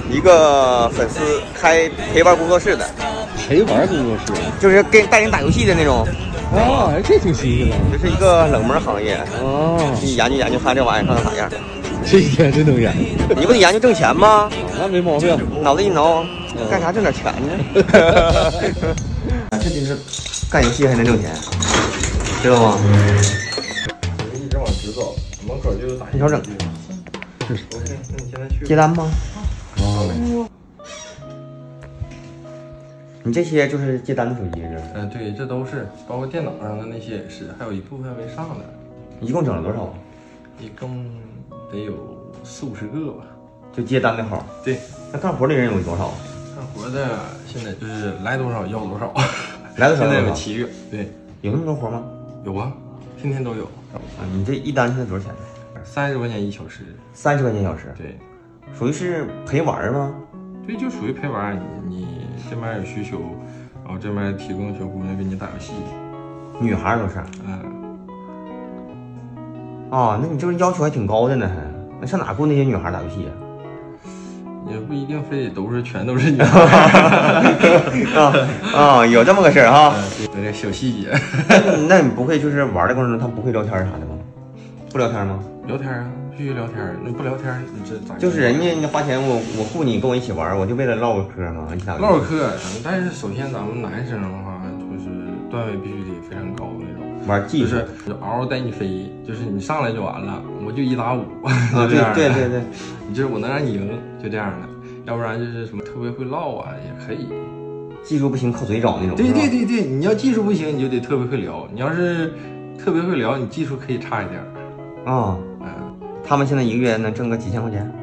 一个粉丝开陪玩工作室的， 陪玩工作室就是跟带人打游戏的那种。 啊，这挺新鲜的。 这是一个冷门行业哦， 你研究研究，看这玩意儿看看咋样。 这一天真能演。 你不得研究挣钱吗？ 那没毛病。 脑子一挠，干啥挣点钱呢？这就是干游戏还能挣钱，知道吗？ 一直往直走，门口就有打。 你瞅整。 OK，那你现在去接单吗？ 哦。 你这些就是接单的手机是？ 对，这都是，包括电脑上的那些也是，还有一部分没上的。 一共整了多少？ 一共得有40-50个吧。 就接单的号。 对。 那干活的人有多少？ 干活的现在就是来多少要多少。 来多少？ 现在有7个。对。 有那么多活吗？ 有啊，天天都有。 啊，你这一单现在多少钱呢 ？30块钱1小时。 30块钱1小时。 对。 属于是陪玩吗？ 对，就属于陪玩。你这边有需求，然后这边提供小姑娘给你打游戏。 女孩都是。哦，那你这个要求还挺高的呢，还那上哪雇那些女孩打游戏啊？ 也不一定非得全都是女孩。 有这么个事儿哈。 有点小细节。 那你不会就是玩的过程中他不会聊天啥的吗？不聊天吗？ 聊天啊，必须聊天。你不聊天，你这咋？ 就是人家花钱我雇你跟我一起玩，我就为了唠个嗑嘛，一起打。 唠嗑，但是首先咱们男生的话，就是段位必须得非常高那种。 玩技术， 就嗷嗷带你飞，就是你上来就完了，我就1打5。 对， 你就是我能让你赢，就这样的。要不然就是什么特别会唠啊，也可以。 技术不行靠嘴找那种。 对，你要技术不行，你就得特别会聊。你要是特别会聊，你技术可以差一点。 他们现在一个月能挣个几千块钱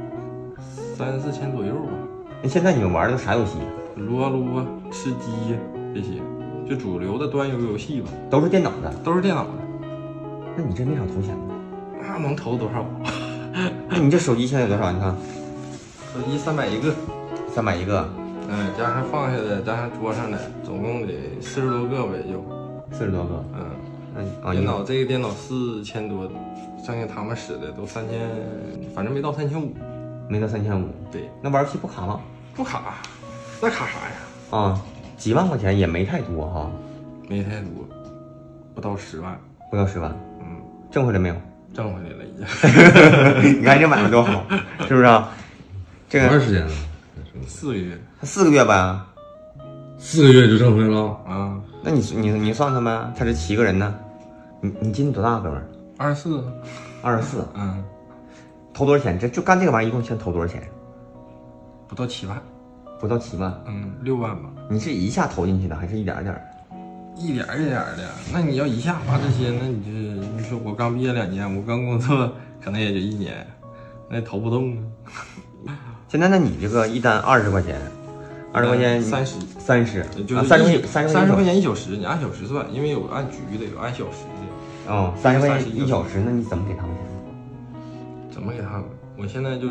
，3-4千左右吧。 那现在你们玩的都啥游戏？ 撸啊撸啊、吃鸡这些，就主流的端游戏吧。 都是电脑的。 都是电脑的。 那你这没少投钱呢。 那能投多少？ 那你这手机现在有多少？你看， 手机300一个。 300一个。 加上放下的，加上桌上的，总共得40多个呗，就 40多个。 电脑这个电脑4000多，剩下他们使的都3000，反正没到3500。 没到3500。 对。 那玩游戏不卡吗？ 不卡，那卡啥呀？ 几万块钱也没太多哈。 没太多，不到10万。 不到10万。挣回来没有？ 挣回来了已经。你看这买卖多好，是不是啊？这个多长时间了 ？4个月。 4个月吧。 4个月就挣回来了啊？ 那你算算呗，他这7个人呢？你今年多大哥们儿 ？24。 24。投多少钱？就干这个玩意儿，一共先投多少钱？ 不到7万。 不到7万。 6万吧。 你是一下投进去的，还是一点点？ 一点一点的。那你要一下花这些，那你说我刚毕业2年，我刚工作可能也就1年，那投不动啊。 现在那你这个一单20块钱，20块钱30， 就是30块钱1小时，你按小时算，因为有按局的，有按小时的。 30块钱1小时，那你怎么给他们钱？ 怎么给他们？我现在就是，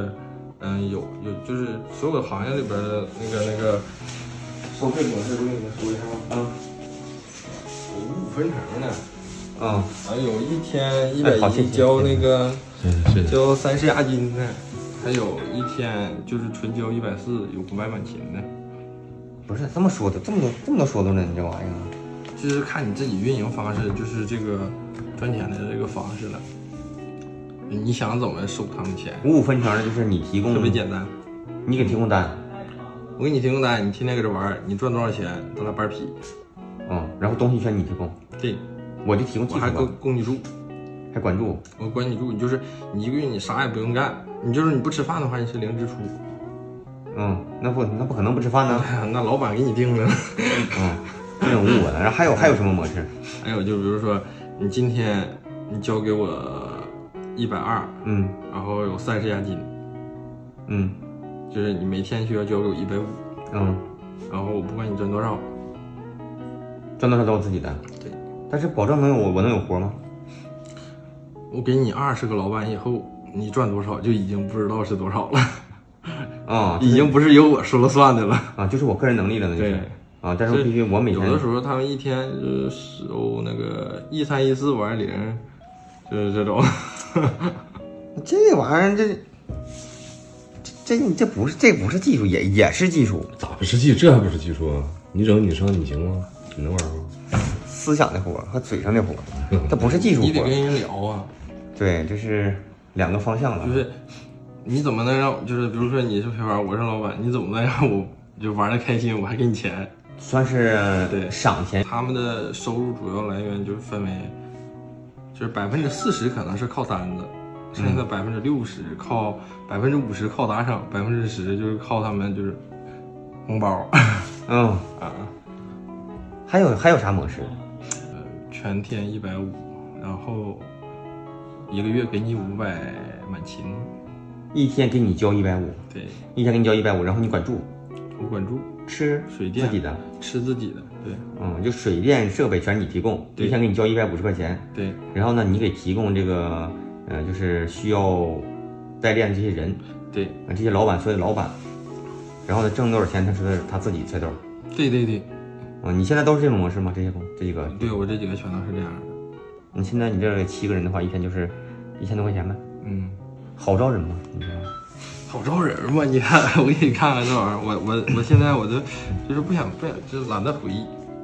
有就是所有的行业里边的那个收费模式，我给你们说一下吧。有55分成的。还有1天110交那个交30押金的。还有1天就是纯交140，有500满勤的。 不是这么说的，这么多说的呢，你这玩意儿， 就是看你自己运营方式，就是这个赚钱的这个方式了。你想怎么收他们钱 ？55分成的就是你提供， 特别简单， 你给提供单， 我给你提供单，你天天搁这玩，你赚多少钱，咱俩班批。 然后东西全你提供。 对， 我就提供技术， 我还供你住。 还管住？我管你住，你就是你1个月你啥也不用干，你就是你不吃饭的话，你是零支出。 那不可能不吃饭呢。 那老板给你定了。 这种误了。然后还有什么模式？ 还有就比如说你今天你交给我120，然后有30押金，就是你每天需要交给我150，然后我不管你赚多少， 赚多少都是自己的。 对， 但是保证我能有活吗？ 我给你20个老板以后，你赚多少就已经不知道是多少了。已经不是由我说了算的了。 就是我个人能力了，那就是。但是必须我每天。 有的时候他们一天就收那个1314、520，就是这种。 这玩意儿这不是技术，也是技术。 咋不是技术？这还不是技术啊？你整你上你行吗？你能玩吗？ 思想的活和嘴上的活，它不是技术活。 你得跟人聊啊。 对，这是2个方向了。 就是你怎么能让，就是比如说你是陪玩，我是老板，你怎么能让我就玩的开心，我还给你钱？ 算是对赏钱。 他们的收入主要来源就是分为，就是40%可能是靠单子，剩下的60%靠50%靠打赏，10%就是靠他们就是红包。 还有啥模式？ 全天150，然后1个月给你500满勤， 一天给你交150， 对， 一天给你交150，然后你管住， 我管住， 吃水电自己的， 吃自己的，对， 就水电设备全是你提供，一天给你交150块钱， 对， 然后呢，你给提供这个，就是需要代练这些人， 对， 这些老板，所有的老板，然后呢，挣多少钱他是他自己揣兜， 对， 你现在都是这种模式吗？这几个？ 对，我这几个全都是这样的。 你现在你这7个人的话，一天就是1000多块钱呗。好招人吗？你知道吗？ 好招人吗？你看，我给你看看这玩意儿，我现在我就是不想，就是懒得回忆。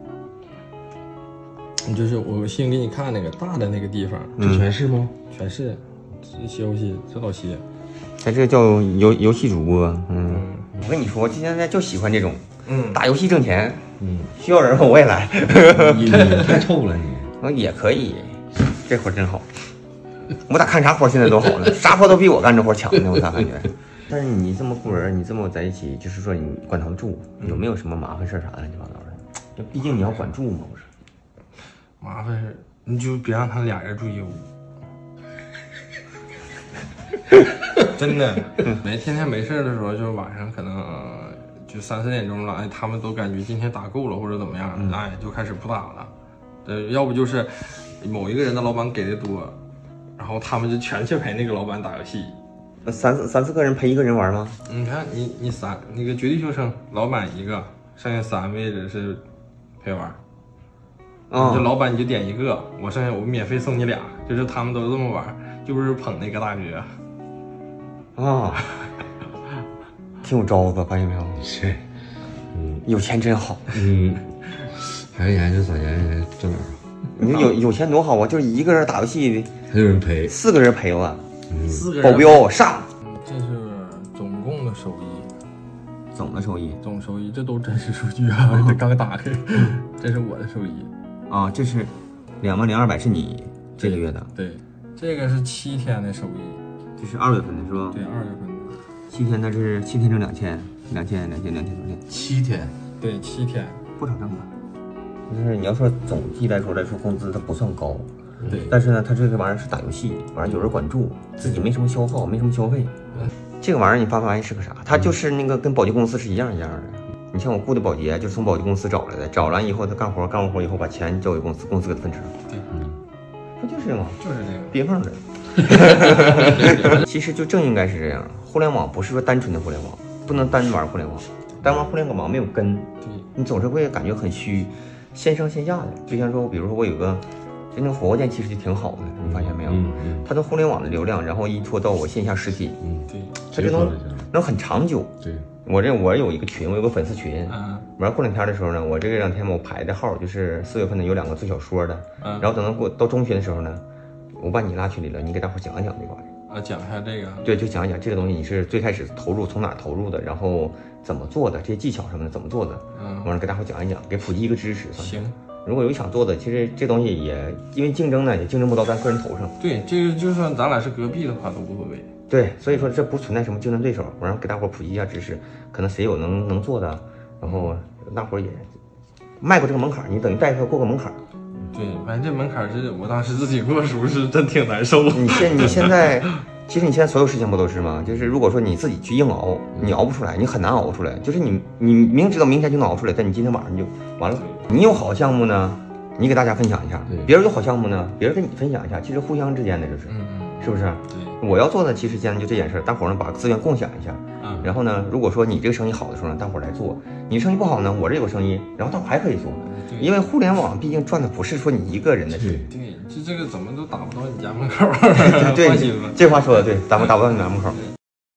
就是我先给你看那个大的那个地方， 这全是吗？ 全是，这休息这好些。 他这叫游戏主播。我跟你说，我现在就喜欢这种，打游戏挣钱。需要人吗？我也来。 你太臭了你。 也可以，这活真好。我咋看啥活现在都好了，啥活都比我干这活强呢？我咋感觉？但是你这么雇人，你这么在一起，就是说你管他们住，有没有什么麻烦事啥乱七八糟的？毕竟你要管住嘛，不是？ 麻烦事，你就别让他俩人住一屋。真的，天天没事的时候，就是晚上可能就3、4点钟了，哎，他们都感觉今天打够了或者怎么样，哎，就开始不打了。要不就是某一个人的老板给的多，然后他们就全去陪那个老板打游戏。 那三四个人陪一个人玩吗？ 你看你那个绝地求生，老板一个，剩下3位置是陪玩。你这老板你就点一个，我剩下我免费送你俩，就是他们都这么玩，就是捧那个大哥。 挺有招子，发现没有？ 是， 有钱真好。 还研究咋研究这玩意儿？ 你说有钱多好啊！就是一个人打游戏， 还有人陪 ，4个人陪我 ，4个人保镖上。 这是总共的收益，总收益，这都真实数据啊！这刚打开，这是我的收益啊，这是20200是你这个月的， 对，这个是7天的收益， 这是2月份的是吧？ 对，2月份的 7天，那是7天挣2000，2000多天 ，7天， 对，7天不少挣啊。就是你要说总体来说工资它不算高， 对， 但是呢，它这个玩意儿是打游戏，完了有人管住，自己没什么消耗，没什么消费。这个玩意儿你发现是个啥？它就是那个跟保洁公司是一样的。你像我雇的保洁，就是从保洁公司找来的，找完以后他干完活以后把钱交给公司，公司给他分成。 对， 不就是这吗？ 就是这个憋缝的。其实就正应该是这样，互联网不是说单纯的互联网，不能单玩互联网，单玩互联网没有根，你总是会感觉很虚。线上线下的，就像说，比如说我有个，就那个火锅店其实就挺好的，你发现没有？它的互联网的流量，然后依托到我线下实体， 对， 它就能很长久。 对， 我有一个群，我有个粉丝群，完过2天的时候呢，我这2天我排的号就是4月份的有2个做小说的，然后等到到中旬的时候呢，我把你拉群里了，你给大伙讲一讲这个玩意儿。 讲一下这个。对， 就讲一讲这个东西，你是最开始投入从哪投入的，然后怎么做的，这些技巧什么的怎么做的，完了给大伙讲一讲，给普及一个知识。 行， 如果有想做的，其实这东西也因为竞争呢，也竞争不到咱个人头上。 对，这个就算咱俩是隔壁的话都无所谓。 对，所以说这不存在什么竞争对手，我让给大伙普及一下知识，可能谁有能做的，然后大伙也迈过这个门槛，你等于带他过个门槛。 对，反正这门槛是我当时自己过时候是真挺难受。 你现在。其实你现在所有事情不都是吗？就是如果说你自己去硬熬，你熬不出来，你很难熬出来。就是你明知道明天就能熬出来，但你今天晚上就完了。你有好项目呢，你给大家分享一下；别人有好项目呢，别人跟你分享一下。其实互相之间的，是不是？对，我要做的其实现在就这件事，大伙儿呢把资源共享一下。然后呢，如果说你这个生意好的时候呢，大伙儿来做；你生意不好呢，我这有个生意，然后大伙儿还可以做。因为互联网毕竟赚的不是说你一个人的钱。 对，这个怎么都打不到你家门口。 对，这话说的对，咱们打不到你家门口。